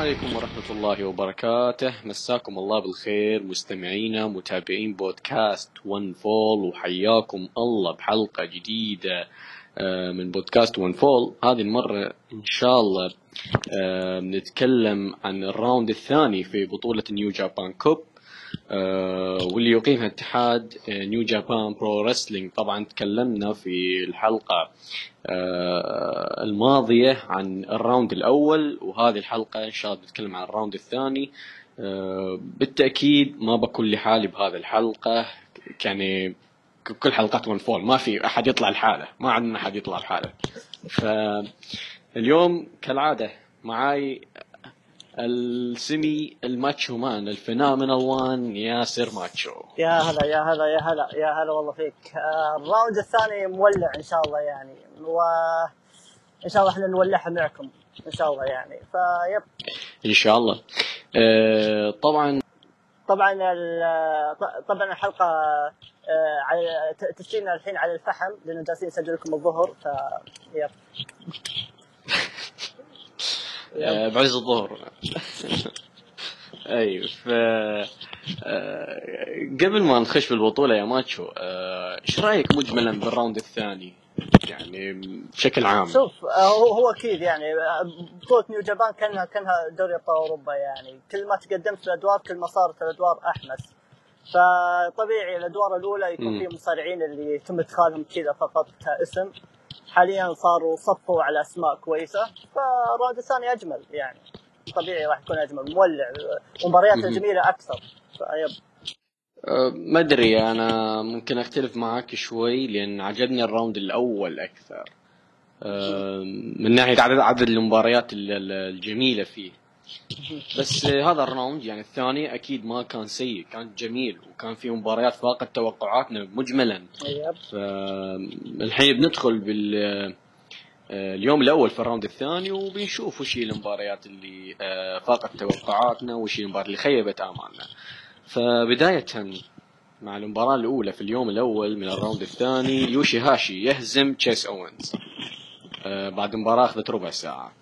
عليكم ورحمة الله وبركاته. مساكم الله بالخير مستمعينا متابعين بودكاست ون فول، وحياكم الله بحلقة جديدة من بودكاست ون فول. هذه المرة إن شاء الله بنتكلم عن الراوند الثاني في بطولة نيو جابان كوب، واللي يقيمها اتحاد نيو جابان برو رسلينج. طبعا تكلمنا في الحلقة الماضية عن الراوند الأول، وهذه الحلقة إن شاء الله بنتكلم عن الراوند الثاني. بالتأكيد ما بكون لحالي بهذه الحلقة، يعني كل حلقات ون فول ما في أحد يطلع الحالة، ما عندنا أحد يطلع الحالة. فاليوم كالعادة معاي السمي الماتشو مان الفينامينال وان ياسر ماتشو. يا هلا يا هلا يا هلا يا هلا والله فيك. الراوند الثاني مولع ان شاء الله يعني، وان شاء الله احنا نولعها معكم ان شاء الله يعني. فيب ان شاء الله. طبعا الحلقه على تسجيلنا الحين على الفحم لانه جالسين نسجل لكم الظهر. يب بعز الظهر. ايوه. قبل ما نخش في البطوله يا ماتشو، ايش رايك مجملا بالراوند الثاني يعني بشكل عام؟ شوف، هو اكيد يعني بطوله نيو جابان كانها دوري ابطال اوروبا، يعني كل ما تقدمت في الادوار كل ما صارت الادوار احمس. فطبيعي الادوار الاولى يكون فيه مصارعين اللي يتم ادخالهم كذا فقط كاسم، حاليا صاروا صفوا على اسماء كويسه، فالراوند الثاني اجمل يعني، طبيعي راح يكون اجمل مولع ومباريات جميله اكثر. ما ادري، انا ممكن اختلف معاك شوي لان عجبني الراوند الاول اكثر من ناحيه عدد المباريات الجميله فيه. بس هذا الراوند يعني الثاني اكيد ما كان سيء، كان جميل وكان فيه مباريات فاقت توقعاتنا مجملا. فالحين بندخل اليوم الاول في الراوند الثاني وبنشوف وش هي المباريات اللي فاقت توقعاتنا وش هي المباريات اللي خيبت امالنا. فبدايه مع المباراه الاولى في اليوم الاول من الراوند الثاني، يوشي هاشي يهزم تشيس اوينز بعد مباراه اخذت ربع ساعه.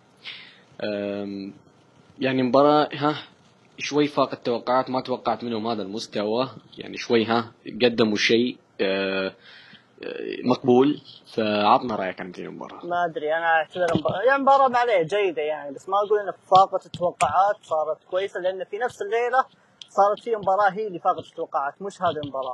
يعني مباراة شوي فاق التوقعات، ما توقعت منهم هذا المستوى، يعني شوي قدموا شيء مقبول. فعطنا رأيك عن المباراة. ما أدري، أنا أعتبر يعني مباراة معليه جيدة يعني، بس ما أقول إن فاقت التوقعات، صارت كويسة لأن في نفس الليلة صارت في مباراة هي اللي فاقت التوقعات، مش هذه المباراة.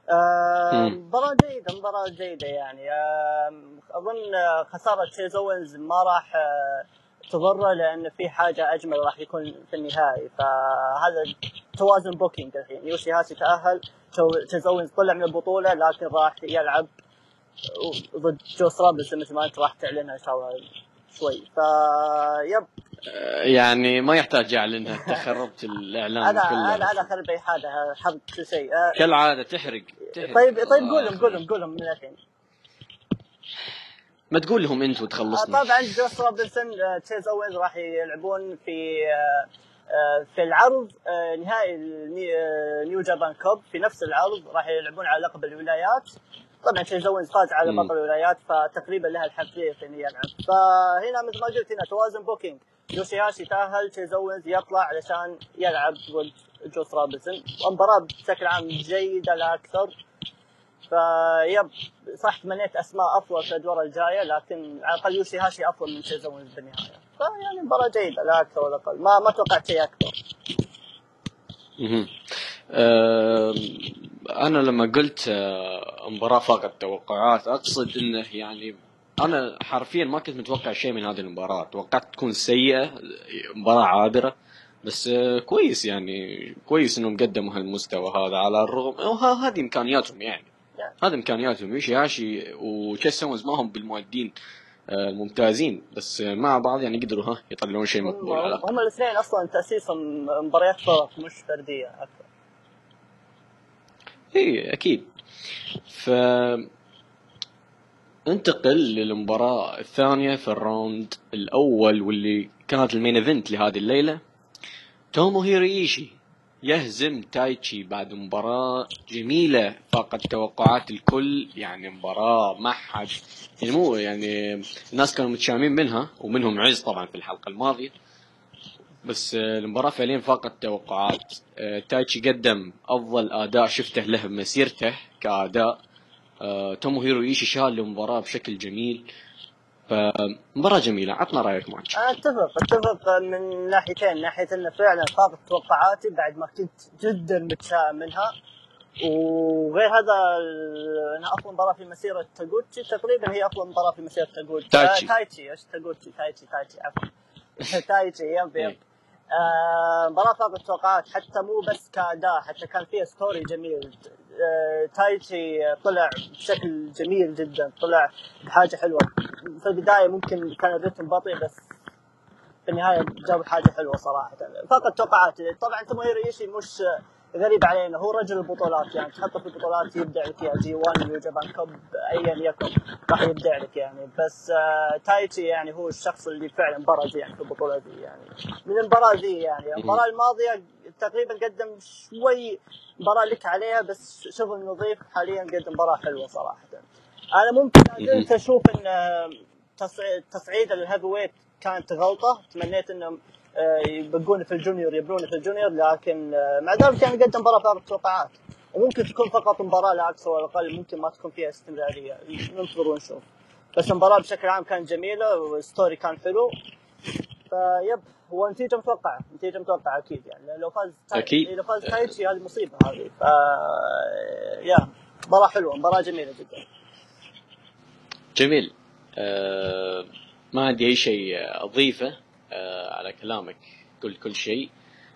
مباراة جيدة يعني. أظن خسارة تشيز أوينز ما راح تضره لأن في حاجة أجمل راح يكون في النهائي. فهذا توازن بوكينج الحين. يوشي هاشي تأهل، تشيز أوينز طلع من البطولة لكن راح يلعب ضد جوس رابلز مثل ما أنت راح تعلنها إن شاء الله شوي. يب يعني ما يحتاج أعلنها، تخربت الإعلان كله. أنا أخرب أي حاجة، حرق كل شيء كالعادة تحرق. طيب قولهم من الحين. ما تقول لهم انت وتخلصنا. طبعا جوس روبنسون تشيز اوينز راح يلعبون في العرض نهائي نيو جابان كوب. في نفس العرض راح يلعبون على لقب الولايات. طبعا تشيز اوينز فاز على بطل الولايات، فتقريبا لها الحقيقة في انه يلعب. فهنا مثل ما قلت هنا توازن بوكينج. يوشي هاشي تأهل، تشيز اوينز يطلع علشان يلعب ضد جوس روبنسون. مباراة بشكل عام جيدة لا اكثر. فيب صح تمنيت اسماء افضل في الادوار الجايه، لكن على الاقل يوشي هاشي افضل من تشيز أوينز بالنهايه. فيعني مباراه جيده لا اكثر ولا اقل، ما توقعت شيء اكثر. انا لما قلت مباراه فاقت توقعات اقصد انه يعني انا حرفيا ما كنت متوقع شيء من هذه المباراه، توقعت تكون سيئه، مباراه عابره. بس كويس يعني، كويس انهم قدموا هالمستوى هذا على الرغم هذه امكانياتهم يعني. هذا امكانياتهم. يوشي هاشي وتشيس أوينز ما هم بالمؤدين الممتازين، بس مع بعض يعني قدروا يطلعون شيء مقبول. هم الاثنين اصلا تاسيسهم مباريات فرق مش فرديه اكثر. اي اكيد. انتقل للمباراة الثانية في الراوند الأول واللي كانت المين ايفنت لهذه الليلة. توموهيرو إيشي يهزم تايتشي بعد مباراة جميلة فاقت توقعات الكل. يعني مباراة ما حد يعني مو يعني الناس كانوا متشائمين منها، ومنهم عز طبعا في الحلقة الماضية. بس المباراة فعليا فاقت التوقعات. تايتشي قدم أفضل أداء شفته له بمسيرته كأداء. توموهيرو إيشي شال المباراة بشكل جميل. فمباراة جميلة. عطنا رأيك ماتش. اتفق من ناحيتين، ناحية انه فعلا فاقت توقعاتي بعد ما كنت جدا متشائم منها، وغير هذا انها افضل مباراة في مسيرة تاغوتشي تقريبا، هي افضل مباراة في مسيرة تاغوتشي. تايتشي ايش تاغوتشي تايتشي عفوا تايتشي يب مباراة فاقت التوقعات، حتى مو بس كأداء، حتى كان فيها ستوري جميل. تايتشي طلع بشكل جميل جدا، طلع بحاجة حلوة. في البداية ممكن كان الريتم بطيء، بس في النهاية جاب حاجة حلوة صراحة. فقط توقعاتي. طبعا توموهيرو إيشي مش غريب علينا، هو رجل البطولات، يعني تحطه في البطولات يبدع لك يا G1 نيو جابان كوب ايا يكن راح يبدع لك يعني. بس تايتشي يعني هو الشخص اللي فعلا برز يعني في البطولة دي، يعني من المباراة دي. يعني المباراة الماضية تقريبا قدم شوي مباراة لك عليها، بس شغل نظيف. حاليا قدم مباراة حلوة صراحة. انا ممكن أزلت اشوف ان تصعيد الهيفي ويت كانت غلطة. تمنيت انهم يبقون في الجونيور، يبرون في الجونيور، لكن مع ذلك يعني قدم مباراة فارق التوقعات، وممكن تكون فقط مباراة لا أكثر ولا أقل، ممكن ما تكون فيها استمرارية، ننتظر ونشوف. بس المباراة بشكل عام كانت جميلة، والستوري كان حلو. فيب هو نتيجة متوقعة أكيد يعني. لو فاز تايتشي هذه مصيبة هذه. يا مباراة حلوة، مباراة جميلة جدا. جميل. ما عندي أي شيء أضيفه على كلامك، قلت كل شيء.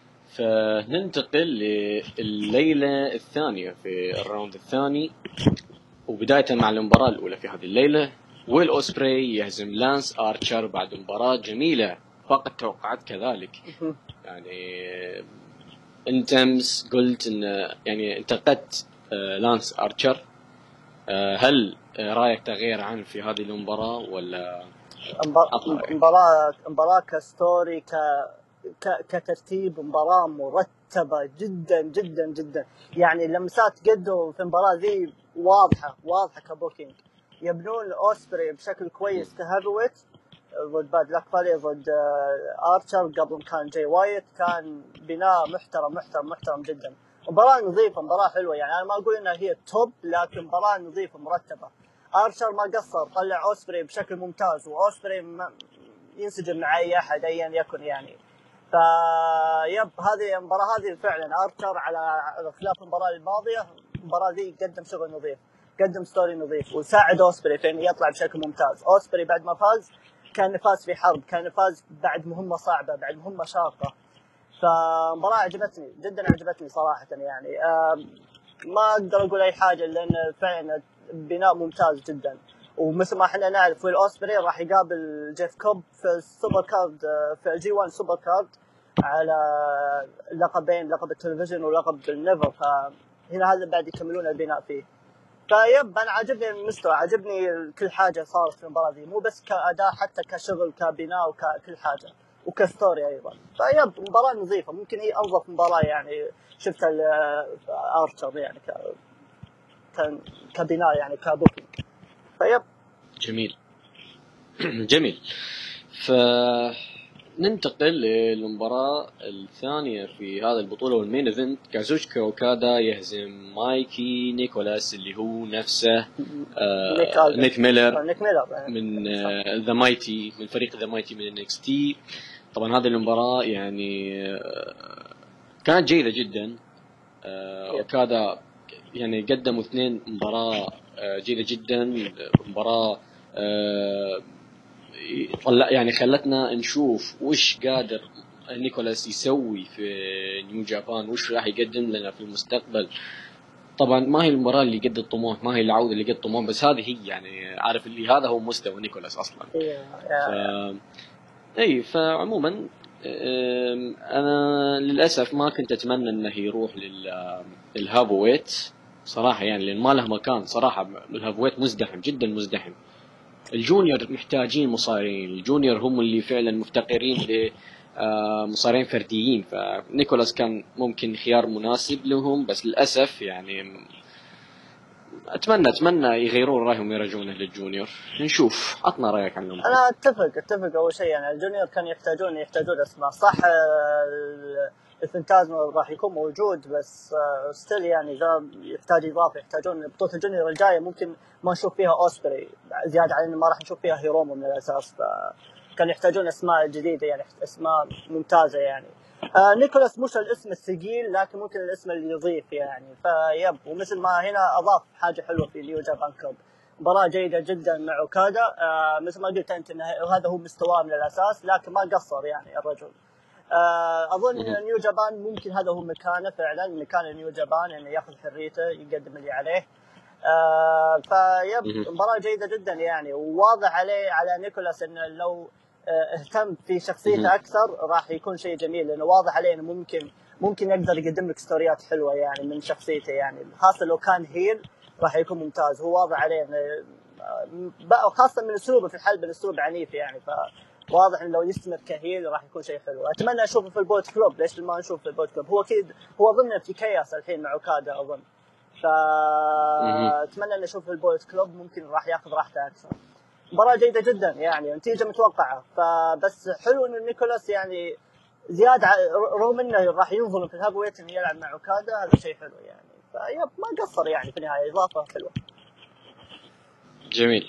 فننتقل لليلة الثانية في الراوند الثاني، وبداية مع المباراة الأولى في هذه الليلة. ويل أوسبري يهزم لانس آرشر بعد مباراة جميلة فاقت التوقعات كذلك. يعني أنت أمس قلت إن يعني انتقدت لانس آرشر. هل رأيك تغير عنه في هذه المباراة ولا؟ مباراة كستوري كترتيب مباراة مرتبة جدا جدا جدا. يعني لمسات قدوا في المباراة ذي واضحة كبوكينج. يبنون أوسبري بشكل كويس كهيفيويت ضد باد لاك فالي، ضد آرشر قبل كان جاي وايت. كان بناء محترم جدا. مباراة نظيفة، مباراة حلوة. يعني أنا ما أقول إنها هي توب، لكن مباراة نظيفة مرتبة. آرشر ما قصر، طلع أوسبري بشكل ممتاز، وأوسبري ينسجم مع أي أحد أيا يكن يعني. فيب هذه المباراة هذه فعلا آرشر على خلاف المباراة الماضية، المباراة ذي قدم شغل نظيف، قدم ستوري نظيف، وساعد أوسبري في إنه يطلع بشكل ممتاز. أوسبري بعد ما فاز كان فاز في حرب، كان فاز بعد مهمة صعبة، بعد مهمة شاقة. فمباراة عجبتني جدا، عجبتني صراحة يعني. ما أقدر أقول أي حاجة، لأن فعلا بناء ممتاز جدا. ومثل ما احنا نعرف ويل أوسبري راح يقابل جيف كوب في السوبر كارد، في الجي 1 سوبر كارد، على لقبين، لقب التلفزيون ولقب النيفر. فهنا هذا بعد يكملون البناء فيه. فيب أنا عجبني المستوى، عجبني كل حاجة صارت في المباراة دي، مو بس كأداء، حتى كشغل، كبناء، وكل حاجة، وكستوري أيضا. فيب مباراة نظيفة، ممكن هي أنظف مباراة يعني شفتها آرشر يعني كبناء يعني كبوكينج. فيب جميل. جميل. فننتقل للمباراة الثانية في هذا البطولة والمين ايفنت. كازوشكا اوكادا يهزم مايكي نيكولاس اللي هو نفسه نيك ميلر من ذا مايتي، من فريق ذا مايتي من انكس تي. طبعا هذه المباراة يعني كانت جيدة جدا. اوكادا يعني قدموا اثنين مباراة جيدة جدا. مباراة طلع يعني خلتنا نشوف وش قادر نيكولاس يسوي في نيو جابان، وش راح يقدم لنا في المستقبل. طبعا ما هي المباراة اللي قد الطموح، ما هي العودة اللي قد الطموح، بس هذه هي يعني عارف اللي هذا هو مستوى نيكولاس أصلا. فعموما أنا للأسف ما كنت أتمنى أنه يروح للهافويت صراحة، يعني لأن ما له مكان صراحة. الهافويت مزدحم جدا، مزدحم. الجونيور محتاجين مصارعين، الجونيور هم اللي فعلا مفتقرين لمصارعين فرديين. فنيكولاس كان ممكن خيار مناسب لهم، بس للأسف يعني اتمنى يغيرون رايهم ويرجعونه للجونيور. نشوف، عطنا رايك عنهم. انا اتفق اول شيء يعني الجونيور كان يحتاجون اسماء صح. الفانتازما راح يكون موجود بس ستيل يعني ذا يحتاج اضافه. يحتاجون بطوله الجونيور الجايه ممكن ما نشوف فيها اوسبري زياده على انه ما راح نشوف فيها هيرومو من الاساس، فكان يحتاجون اسماء جديده يعني اسماء ممتازه يعني. نيكولاس مش الاسم الثقيل لكن ممكن الاسم اللي يضيف يعني. فيب ومثل ما هنا اضاف حاجه حلوه في نيو جابان كوب، مباراة جيدة جدا مع اوكادا. مثل ما قلت انت انه هذا هو مستواه من الاساس لكن ما قصر يعني الرجل. اظن نيو جابان ممكن هذا هو مكانه فعلا، مكان نيو جابان انه ياخذ حريته يقدم اللي عليه. فيب مباراة جيدة جدا يعني، وواضح على نيكولاس انه لو اهتم في شخصيته اكثر راح يكون شيء جميل، لانه واضح عليه انه ممكن يقدر يقدم لك ستوريات حلوه يعني من شخصيته يعني، خاصه لو كان هيل راح يكون ممتاز. هو واضح عليه انه خاصه من اسلوبه في الحلب، الاسلوب عنيف يعني، فواضح انه لو يستمر كهيل راح يكون شيء حلو. اتمنى اشوفه في البوت كلوب، ليش ما نشوف في البوت كلوب؟ هو اكيد هو ضمن في كياس الحين مع اوكادا اظن، فاتمنى ان اشوف في البوت كلوب ممكن راح ياخذ راحته اكثر. مباراة جيدة جدا يعني، نتيجة متوقعة. فبس حلو انه نيكولاس يعني زيادة رغم انه راح ينظلم في الهاب ويت انه يلعب مع اوكادا، هذا شيء حلو يعني. فيب ما قصر يعني في النهاية، اضافة حلوة. جميل.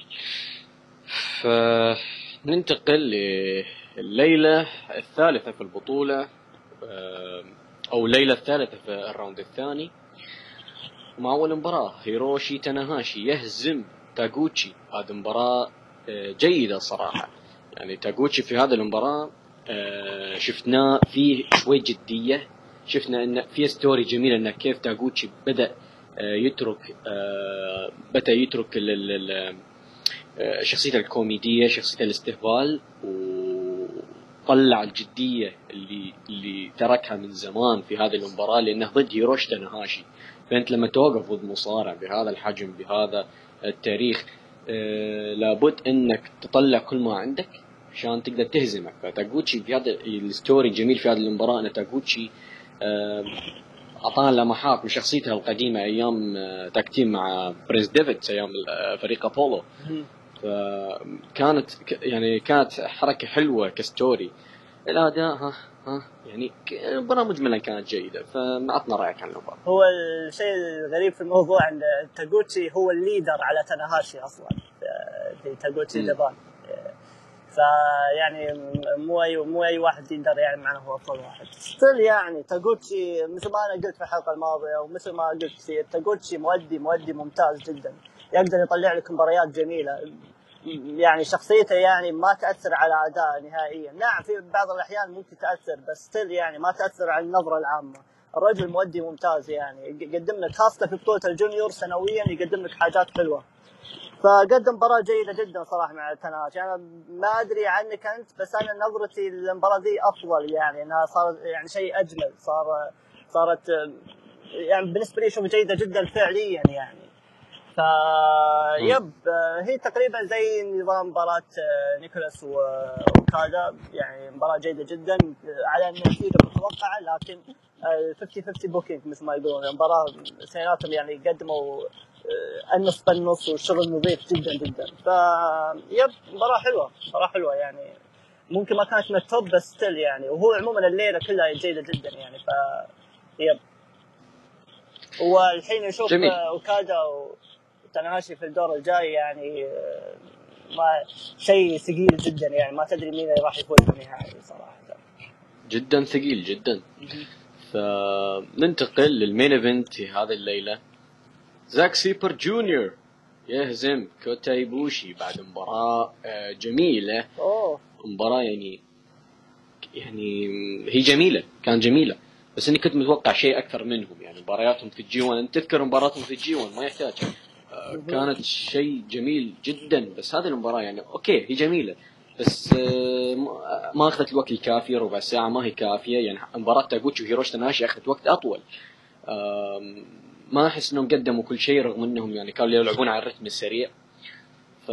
فننتقل لليلة الثالثة في البطولة، او الليلة الثالثة في الراوند الثاني. ومع اول مباراة هيروشي تاناهاشي يهزم تاغوتشي. هذه مباراة جيدة صراحة يعني. تاغوتشي في هذه المباراة شفناه فيه شوي جدية، شفنا ان فيه ستوري جميلة انه كيف تاغوتشي بدأ يترك شخصيته الكوميدية، شخصيته الاستهبال، وطلع الجدية اللي تركها من زمان في هذه المباراة لأنه ضد هيروشي تاناهاشي. فأنت لما توقف ضد مصارع بهذا الحجم بهذا التاريخ لابد أنك تطلع كل ما عندك عشان تقدر تهزمك. فتاغوتشي في هذا الستوري جميل في هذه المباراة أن تاغوتشي أعطانا لمحات من شخصيتها القديمة أيام تكتيم مع برنس ديفيد أيام فريق أبولو. فكانت كانت حركة حلوة كستوري. الأداء يعني المباراة مجملا كانت جيدة. فعطنا رأيك عن المباراة. هو الشيء الغريب في الموضوع أن تاغوتشي هو الليدر على تاناهاشي أصلا في تاغوتشي جابان. فيعني مو أي واحد يقدر يعني معناه هو أفضل واحد. ستيل يعني تاغوتشي مثل ما أنا قلت في الحلقة الماضية ومثل ما قلت تاغوتشي مؤدي ممتاز جدا، يقدر يطلع لك مباريات جميلة يعني. شخصيته يعني ما تأثر على أداء نهائيا. نعم في بعض الأحيان ممكن تأثر بس ستيل يعني ما تأثر على النظرة العامة. الرجل مؤدي ممتاز يعني، يقدم لك خاصة في بطولة الجونيور سنويا يقدم لك حاجات حلوة. فقدم مباراة جيدة جدا صراحة مع تاناهاشي. أنا ما أدري عنك أنت بس أنا نظرتي للمباراة دي أفضل يعني، أنها صارت يعني شيء أجمل. صارت يعني بالنسبة لي شوف جيدة جدا فعليا يعني. فيب هي تقريبا زي نظام مباراة نيكولاس وكادا يعني، مباراة جيدة جدا على النتيجة متوقعة لكن 50-50 بوكينج مثل ما يقولون. المباراة اثنيناتهم يعني قدموا النص بالنص والشغل نظيف جدا جدا. فيب مباراة حلوة يعني، ممكن ما كانت من التوب بس ستيل يعني. وهو عموما الليلة كلها جيدة جدا يعني. يب والحين نشوف اوكادا وتاناهاشي في الدور الجاي يعني، ما شيء ثقيل جدا يعني، ما تدري مين راح يفوز في النهائي صراحة. جدا ثقيل جدا. فننتقل للمين ايفنت في هذه الليلة. زاك سيبر جونيور يهزم كوتا إيبوشي بعد مباراة جميلة. مباراة يعني هي جميلة، كان جميلة بس اني كنت متوقع شيء اكثر منهم يعني. مبارياتهم في الجي 1 انت تذكر مباراتهم في الجي 1 ما يحتاج كانت شيء جميل جدا. بس هذه المباراة يعني اوكي هي جميلة بس ما اخذت الوقت الكافي. ربع ساعة ما هي كافية يعني. مباراة تاغوتشي وهيروشي تاناهاشي اخذت وقت اطول. ما احس انهم قدموا كل شيء رغم انهم يعني كانوا يلعبون على الرتم السريع. ف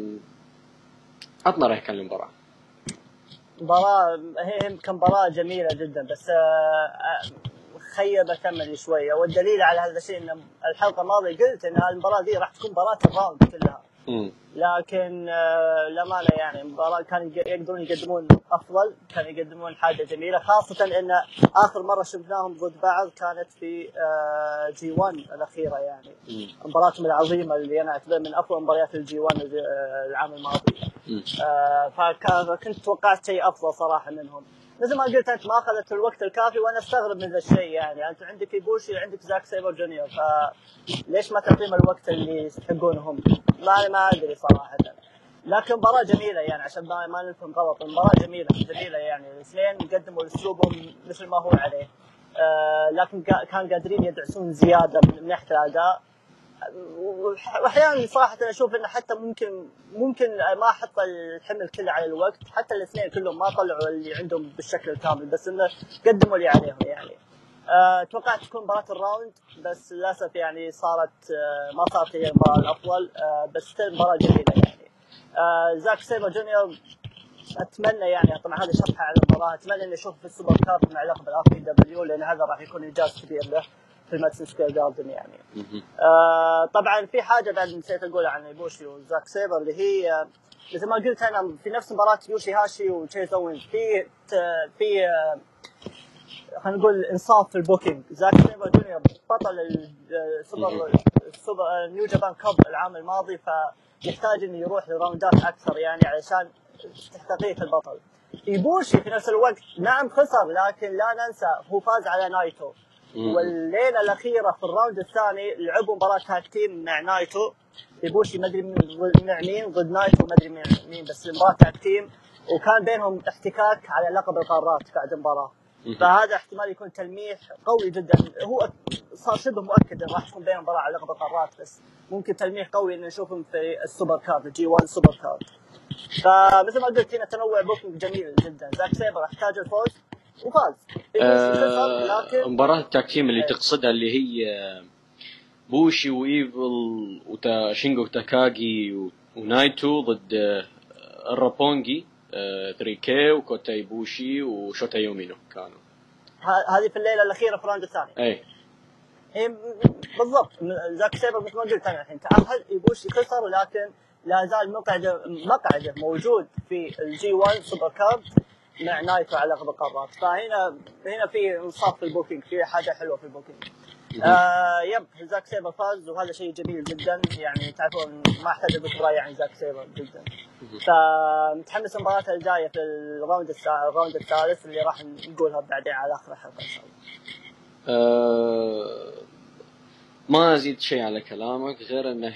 عطنا رايك عن المباراة. هي كمباراة جميلة جدا بس خيبت املي شويه، والدليل على هذا الشيء ان الحلقه الماضيه قلت ان المباراه دي راح تكون مباراه الراوند كلها. لكن للأمانة يعني المباراة كانوا يقدرون يقدمون أفضل، كانوا يقدمون حاجة جميلة، خاصة إن آخر مرة شفناهم ضد بعض كانت في G1 الأخيرة يعني مباراتهم العظيمة اللي أنا أعتبر من أفضل مباريات G1 العام الماضي. فكنت توقعت شيء أفضل صراحة منهم. مثل ما قلت أنت ما أخذت الوقت الكافي، وأنا أستغرب من ذا الشيء يعني. أنت عندك إيبوشي، عندك زاك سيبر جونيور، فليش ما تعطيهم الوقت اللي يستحقونهم؟ ما أدري صراحة. لكن مباراة جميلة يعني، عشان ما نفهم غلط، المباراة جميلة يعني. الاثنين قدموا أسلوبهم مثل ما هو عليه، لكن كان قادرين يدعسون زيادة من ناحية الأداء. واحيانا صراحه انا اشوف انه حتى ممكن ما احط الحمل كله على الوقت، حتى الاثنين كلهم ما طلعوا اللي عندهم بالشكل الكامل، بس انه قدموا اللي عليهم يعني. توقعت تكون مباراه الراوند، بس للاسف يعني ما صارت هي المباراه الافضل. بس مباراه جميله يعني. زاك سيبر جونيور اتمنى يعني، طبعا هذا شرحه على المباراه، اتمنى اني اشوف في السوبر كارد مع لقب الار بي دبليو، لان هذا راح يكون انجاز كبير له في المادسون سكوير جاردن يعني. طبعا في حاجه بعد نسيت اقولها عن يوشي وزاك سيبر، اللي هي مثل ما قلت انا في نفس مباراه يوشي هاشي وتشيز اوين في خلينا نقول انصاف في البوكينج. زاك سيبر جونيور بطل السوبر نيو جابان كوب العام الماضي، فيحتاج انه يروح لراوندات اكثر يعني علشان تحقيق البطل. إيبوشي في نفس الوقت نعم خسر، لكن لا ننسى هو فاز على نايتو. والليلة الأخيرة في الراوند الثاني لعبوا مباراة تاج تيم مع نايتو. إيبوشي ما أدري مع مين ضد نايتو، ما أدري مين، بس مباراة تاج تيم، وكان بينهم احتكاك على لقب القارات بعد المباراة. فهذا احتمال يكون تلميح قوي جدا، هو صار شبه مؤكد انه راح تكون بينهم مباراة على لقب القارات، بس ممكن تلميح قوي ان نشوفهم في السوبر كارد G1 سوبر كارد. فمثل ما قلت هنا تنوع بوكينج جميل جدا. زاك سيبر احتاج الفوز وفاز. لكن مباراة التاكتيم اللي تقصدها اللي هي بوشي وإيفل وشينجو تاكاغي ونايتو ضد الرابونجي 3K وكوتا إيبوشي وشوتا يومينو كانوا. هذه في الليلة الأخيرة في الراوند الثاني. أي بالضبط. زاك سيبر مثل ما قلت أنا الحين تأهل، إيبوشي خسر، لكن لا زال مقعده موجود في G1 سوبر كارد مع نايتو على لقب القارات. فهنا في انصاف في البوكينج، في حاجة حلوة في البوكينج. يب زاك سيبر فاز، وهذا شيء جميل جدا يعني. تعرفون ما احتاج اقول رايي عن زاك سيبر جدا. فمتحمس المباراة الجاية في الراوند الثالث اللي راح نقولها بعدين على آخر الحلقة إن شاء الله. ما أزيد شيء على كلامك غير أنه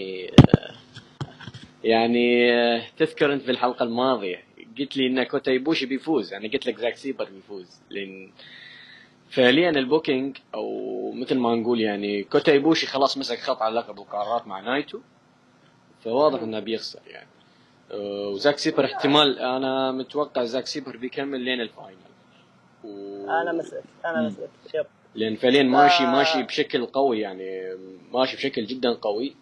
يعني تذكر أنت في الحلقة الماضية قلت لي إن كوتا إيبوشي بيفوز، يعني قلت لك زاك سيبر بيفوز، لأن فعليا البوكينج أو مثل ما نقول يعني كوتا إيبوشي خلاص مسك خط على لقب القارات مع نايتو، فواضح إنه بيخسر يعني. وزاك سيبر احتمال، أنا متوقع زاك سيبر بيكمل لين الفاينل. أنا مثلك يب. لأن فعليا ماشي بشكل قوي يعني، ماشي بشكل جدا قوي.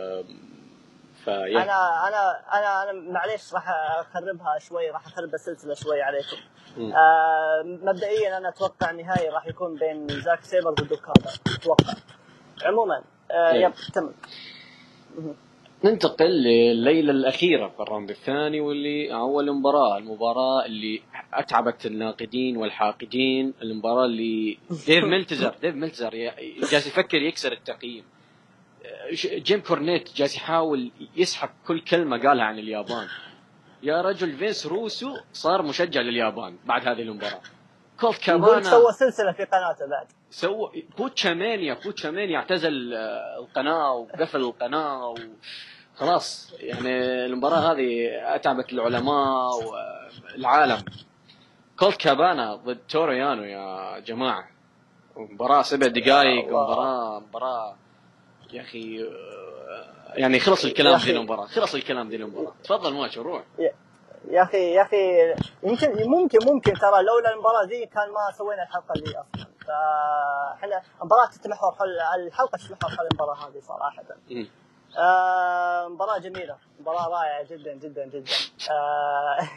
أنا معليش راح أخربها شوي، راح أخرب السلسلة شوي عليكم. مبدئيا أنا أتوقع النهائي راح يكون بين زاك سيبر ضد اوكادا أتوقع. عموما يب تمام. ننتقل لليلة الأخيرة في الراوند الثاني، واللي أول المباراة اللي أتعبت الناقدين والحاقدين. المباراة اللي ديف ميلتزر جالس يفكر يكسر التقييم. جيم كورنيت جالس يحاول يسحب كل كلمة قالها عن اليابان. يا رجل فينس روسو صار مشجع لليابان بعد هذه المباراة. كولت كابانا سوى سلسلة في قناته بعد. بوتشامانيا اعتزل القناة وقفل القناة خلاص يعني. المباراة هذه أتعبت العلماء والعالم. كولت كابانا ضد توريانو يا جماعة، مباراة 7 دقائق، مباراة يا أخي يعني خلص الكلام ذي المباراة، تفضل ماتش روح. يا أخي ممكن ترى لولا المباراة ذي كان ما سوينا الحلقة ذي أصلا. فإحنا المباراة تتمحور حول الحلقة، تتمحور حول المباراة هذه صراحة. مباراة جميلة، مباراة رائعة جدا جدا جدا.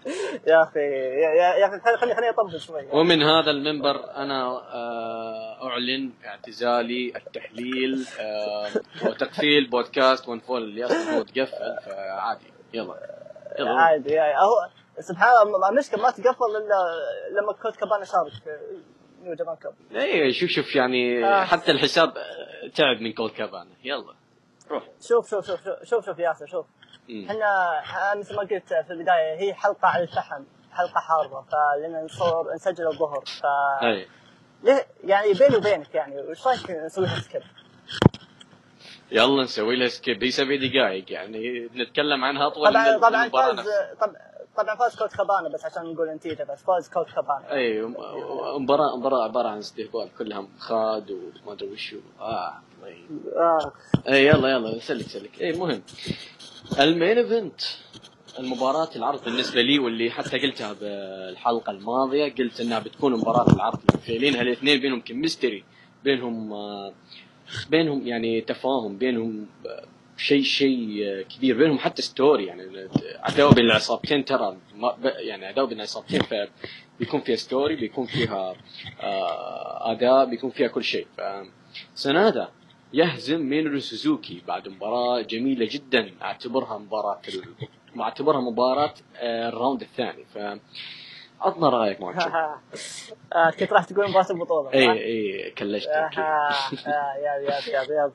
يا اخي يا اخي خليني اطبل شوي. ومن هذا المنبر انا اعلن اعتزالي التحليل وتقفيل بودكاست ونفول اللي اصلا هو تقفل، فعادي يلا عادي يعني هو سبحان الله المشكله ما تقفل الا لما كنت كابانا شارك في نيو جابان كاب. اي شوف يعني حتى الحساب تعب من كول كابانا. يلا روح. شوف ياسر، شوف احنا مثل ما قلت في البدايه هي حلقه على الفحم، حلقه حاره، فلنا نسجل الظهر، ف يعني بيني وبينك يعني وش رايك نسوي لها سكيب؟ يلا نسوي لها سكيب. هي 7 دقائق يعني نتكلم عنها اطول من طبعا فاز كوت كابانا، بس عشان نقول النتيجه بس فاز كوت كابانا. اي مباراه عباره عن استهبال كلها خاد وما ادري وشو. اي يلا سلك. اي مهم المين ايفنت، المباراة العرض بالنسبة لي واللي حتى قلتها بالحلقة الماضية، قلت انها بتكون مباراة العرض فعليا هالاثنين بينهم كيمستري، بينهم يعني تفاهم، بينهم شيء كبير، بينهم حتى ستوري. يعني عداوة بين العصابتين ترى يعني عداوة بين العصابتين فبيكون فيها ستوري، بيكون فيها أداء، بيكون فيها كل شيء. فسنادا يهزم مينورو سوزوكي بعد مباراة جميلة جدا، اعتبرها مباراة الراوند الثاني. عطنا رأيك معك. كنت راح تقول مباراة البطولة. اي كلشتك. يا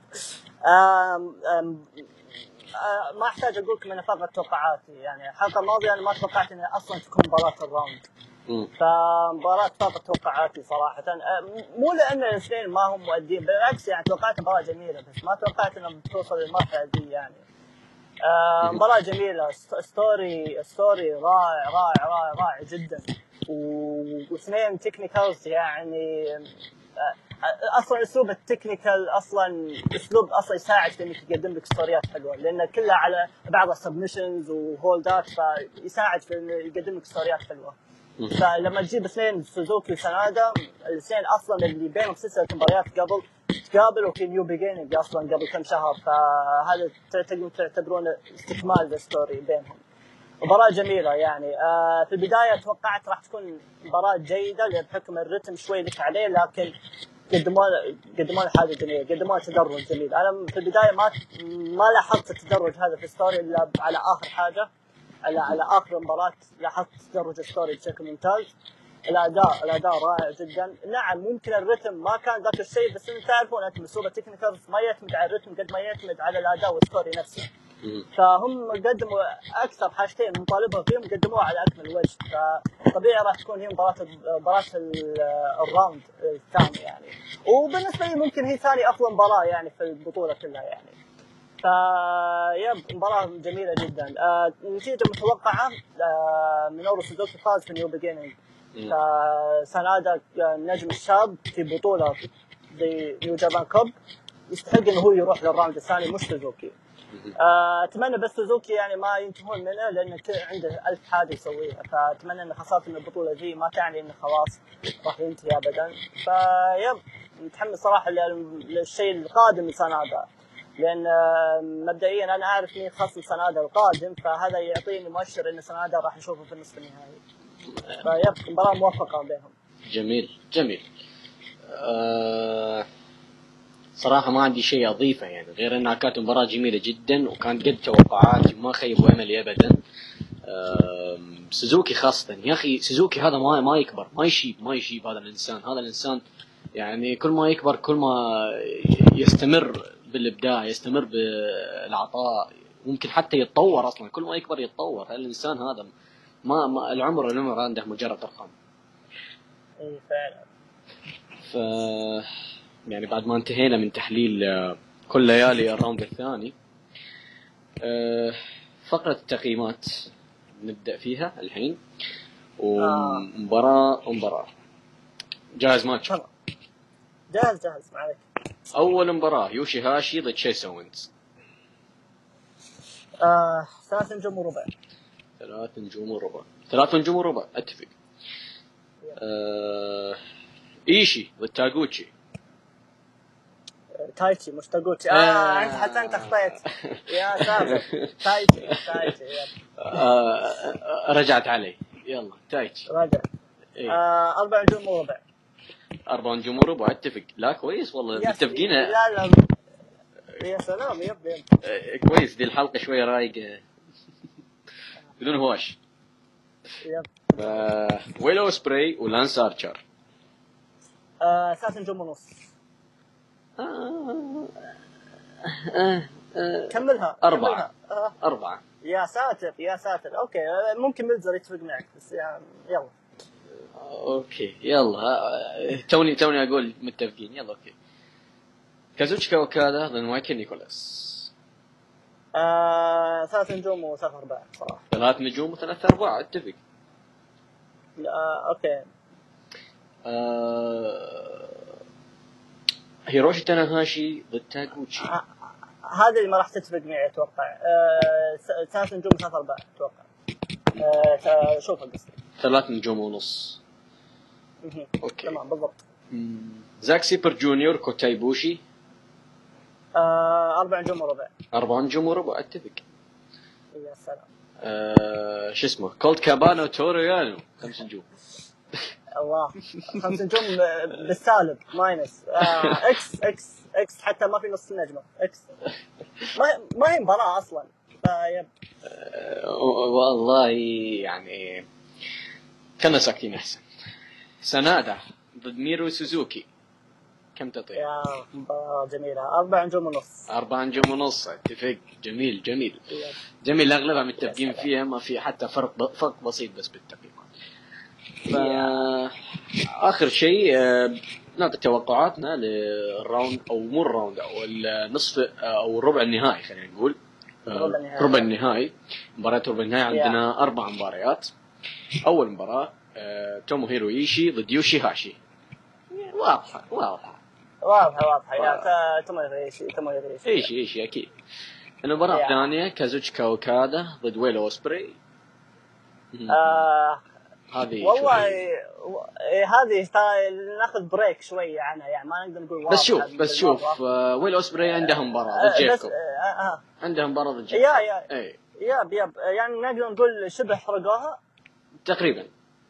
ما احتاج اقول لكم ان فقط توقعاتي، يعني الحلقة الماضية انا ما توقعت ان اصلا تكون مباراة الراوند، فمباراة فقط توقعاتي صراحة. مو لان الاثنين ما هم مؤدين، بالعكس يعني توقعت مباراة جميلة، بس ما توقعت انها بتوصل للمرحلة دي يعني. مباراة جميلة، ستوري رائع جدا، واثنين تكنيكالز يعني. اصلا اسلوب التكنيكال اصلا اسلوب اصلا يساعد في انك تقدم لك ستوريات حلوه، لان كلها على بعض السبمشنز وهولدات، فيساعد في انه يقدم لك ستوريات حلوه. فلما تجيب اثنين سوزوكي وسنادا، الاثنين اصلا اللي بينهم سلسله مباريات قبل تقابلوا في نيو بيجينينج اصلا قبل كم شهر، فهذا تعتبرونه استكمال للستوري بينهم. مباراة جميلة يعني. في البداية توقعت راح تكون مباراة جيدة بحكم الرتم شوي لك عليه، لكن قدموا حاجة جميلة، قدموا تدرج جميل. أنا في البداية ما لاحظت التدرج هذا في الستوري إلا على آخر حاجة، على آخر مباراة لاحظت تدرج الستوري بشكل ممتاز. الأداء رائع جدا. نعم ممكن الرتم ما كان ذاك الشيء، بس انتم تعرفون انتم اسلوب التكنيكالز ما يعتمد على الرتم قد ما يعتمد على الأداء والستوري نفسه. فهم قدموا اكثر حاجتين مطالبهم فيهم قدموها على اكمل وجه، فطبيعي راح تكون هي مباراة الراوند الثاني يعني. وبالنسبه لي ممكن هي ثاني افضل مباراة يعني في البطولة كلها يعني. مباراة جميلة جدا. نتيجة متوقعة. مينورو سوزوكي فاز في نيو بيجينينج، سنادا النجم الشاب في بطولة زي نيو جابان كوب يستحق انه هو يروح للراوند الثاني مش سوزوكي. اتمنى بس سوزوكي يعني ما ينتهون منه، لانه عنده 1000 حاجه يسويها، فاتمنى انه خاصه ان البطوله ذي ما تعني انه خلاص راح ينتهي ابدا. متحمس صراحه للشيء القادم لسنادا، لان مبدئيا انا اعرف مين خصم سنادا القادم، فهذا يعطيني مؤشر ان سنادا راح نشوفه في النصف النهائي. مباراه موفقه بينهم. جميل. صراحة ما عندي شيء أضيفه يعني، غير أنها كانت مباراة جميلة جدا وكانت قد توقعاتي وما خيبوا أملي أبدا. سوزوكي خاصة يا أخي، سوزوكي هذا ما يكبر، ما يشيب هذا الإنسان يعني كل ما يكبر كل ما يستمر بالإبداع، يستمر بالعطاء، ممكن حتى يتطور أصلا. كل ما يكبر يتطور الإنسان هذا. ما العمر عنده مجرد أرقام. إيه فعلا. يعني بعد ما انتهينا من تحليل كل ليالي الراوند الثاني، فقرة التقييمات نبدأ فيها الحين. ومباراة جاهز ماتش؟ جاهز معك. أول مباراة يوشي هاشي ضد شيس أوينز. 3 نجوم وربع. 3 نجوم وربع أتفق. إيشي ضد تاغوتشي. تايتشي مش تاغوتشي. انت حتى انت اخطيت يا ساتر. تايتشي رجعت علي. يلا تايتشي راجع. إيه. 4 نجوم وربع. 4 نجوم وربع. اتفق. لا كويس والله متفقين. لا يا سلام. يب كويس. دي الحلقة شوية رايقة بدون هواش. يب. ويل اوسبري ولانس ارشر. 3 نجوم ونص. كملها 4. يا ساتر اوكي. ممكن ملزر يتفق معك بس يعني يلا اوكي يلا. توني اقول متفقين. يلا اوكي. كازوتشيكا اوكادا ضد مايكل نيكولاس. 3 نجوم و3 4 صراحة. 3 نجوم و3 4. اتفق. اوكي. هيروشي تاناهاشي ضد تاغوتشي. هذا اللي ما راح تتفق معي اتوقع. 3 نجوم و3 4 اتوقع. شوف القصة 3 نجوم ونص. اوكي تمام بالضبط. زاك سيبر جونيور كوتايبوشي. 4 نجوم وربع. 4 نجوم وربع. اتفق. يا سلام. شو اسمه كولت كابانا وتوريانو 5 نجوم. الله 5 نجوم بالسالب ماينس. اكس حتى ما في نص النجمة اكس. ما هي مباراة اصلا. يب. والله يعني كنا ساكتين احسن. سنادا ضد ميرو سوزوكي. كم تعطي؟ يا مباراة جميلة. 4 نجوم ونص. 4 نجوم ونص. اتفق. جميل اغلبها متفقين فيها. ما في حتى فرق بسيط بس بالتقييمات. آخر شيء نعطي توقعاتنا للراوند أو مو الراوند أو النصف أو الربع النهائي. خلينا نقول ربع النهائي. مباريات ربع النهائي عندنا 4 مباريات. أول مباراة توموهيرو إيشي ضد يوشي هاشي. واضحة يا توموهيرو إيشي أكيد. المباراة الثانية كازوتشيكا اوكادا ضد ويل اوسبري. هذه والله هذه ناخذ بريك شويه عنها يعني ما نقدر نقول واضح. بس شوف ويل اوسبري عندهم مباراه ضد جيكوب. عندهم مباراه ضد جيكوب. يب يعني نقدر نقول شبه حرقوها تقريبا.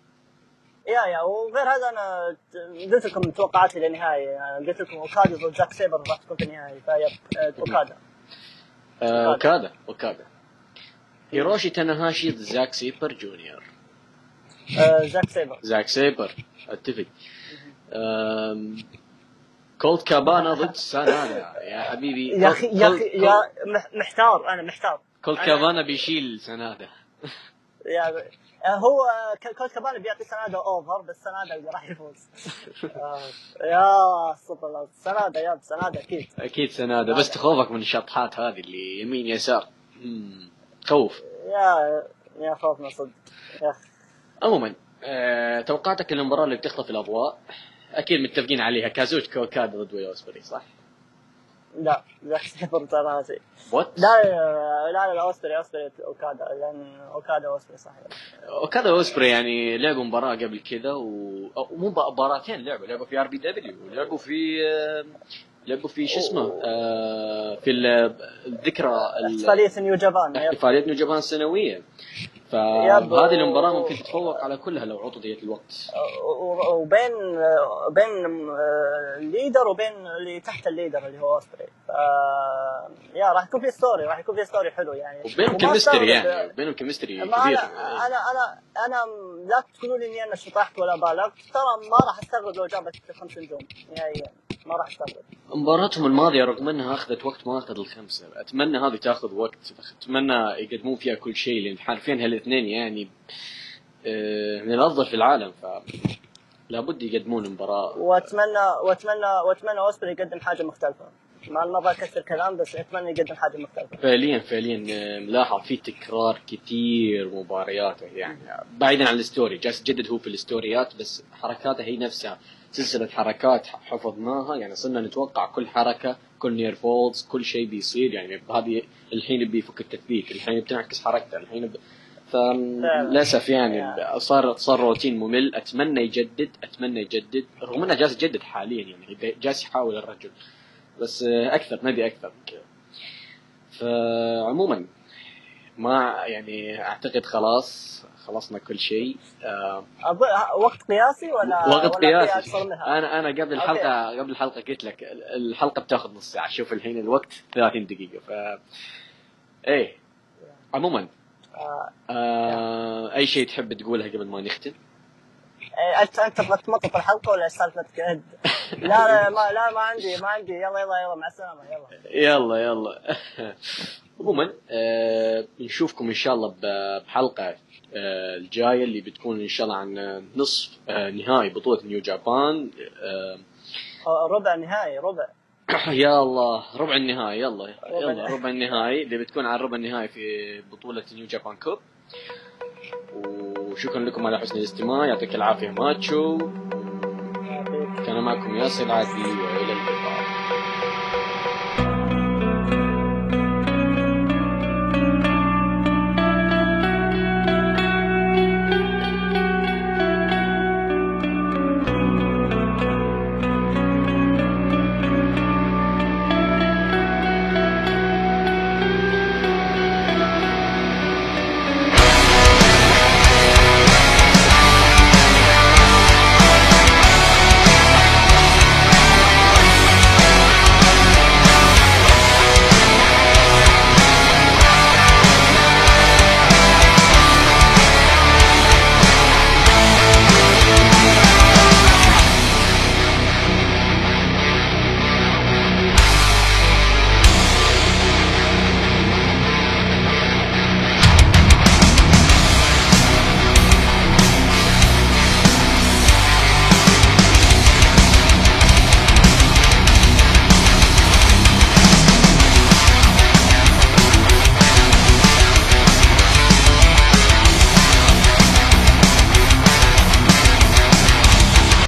وغير هذا انا قلت لكم توقعاتي للنهايه. قلت لكم اوكادا ضد زاك سيبر راح تكون في النهايه. فيب اوكادا. هيروشي تاناهاشي ضد زاك سيبر جونيور. زاك سيبر. اتفق. كولت كابانا ضد سانادا. يا حبيبي يا اخي محتار. كولت كابانا بيشيل سانادا. هو كولت كابانا بيعطي سانادا اوفر بس سانادا اللي راح يفوز. يا صبر سانادا اكيد سانادا. بس تخوفك من الشطحات هذه اللي يمين يسار. خوف. يا خوفنا صدق يا اخي. عموما توقعاتك للمباراة اللي بتخطف الأضواء أكيد متفقين عليها. كازوتشيكا اوكادا ضد ويل اوسبري صح؟ لا زاك سيبر ترى وات؟ لا اوسبري اوكادا لأن اوكادا اوسبري صح. اوكادا اوسبري يعني لعبوا مباراة قبل كذا ومو مباراتين. لعبوا في RBW. لعبوا في شو اسمه في الذكرى احتفالية نيو جابان السنوية. فهذه المباراة ممكن تتفوق على كلها لو عطيت الوقت. وبين الليدر وبين اللي تحت الليدر اللي هو اوسبري. راح يكون في ستوري حلو يعني. وبينهم كيمستري كبير. انا لا تقولوا لي اني انا شطحت ولا بالغت. ترى ما راح استغرب لو جابت 5 نجوم نهائيا. ما راح استغرب. مباراتهم الماضية رغم انها اخذت وقت ما اخذ ال5. اتمنى هذه تاخذ وقت. اتمنى يقدمون فيها كل شيء لان حرفيا هالاثنين يعني من الافضل في العالم. لابد يقدمون مباراة. واتمنى اوسبري يقدم حاجة مختلفة. ما المرة كثر كلام بس اتمنى يقدم حاجة مختلفة. فعليا ملاحظ في تكرار كثير مبارياته يعني بعيدا عن الستوري. جالس يجدد هو في الستوريات بس حركاته هي نفسها سلسلة حركات حفظناها يعني. صرنا نتوقع كل حركة كل نير فولدز كل شيء بيصير يعني. هذه الحين بيفك التثبيت الحين بتنعكس حركته الحين فللأسف يعني صار روتين ممل. أتمنى يجدد رغم أنه جالس يجدد حاليا يعني جالس يحاول الرجل. بس اكثر نبي اكثر من كذا. فعموما ما يعني اعتقد خلصنا كل شيء. وقت قياسي ولا وقت ولا في قياسي. اكثر منها؟ انا قبل الحلقه قلت لك الحلقه بتاخذ نص ساعه، شوف الحين الوقت 30 دقيقه. ف ايه عموما اي شيء تحب تقولها قبل ما نختم؟ انت تبغى تمطط الحلقه ولا سالفتك؟ لا ما عندي. يلا مع السلامه. يلا عموما نشوفكم ان شاء الله بحلقه الجايه اللي بتكون ان شاء الله عن نصف نهائي بطوله نيو جابان. ربع نهائي يا الله ربع النهائي. يلا ربع النهائي اللي بتكون عن ربع النهائي في بطوله نيو جابان كوب. وشكرا لكم على حسن الاستماع. يعطيك العافيه ماتشو. كان معكم ياسر العادي، والى اللقاء.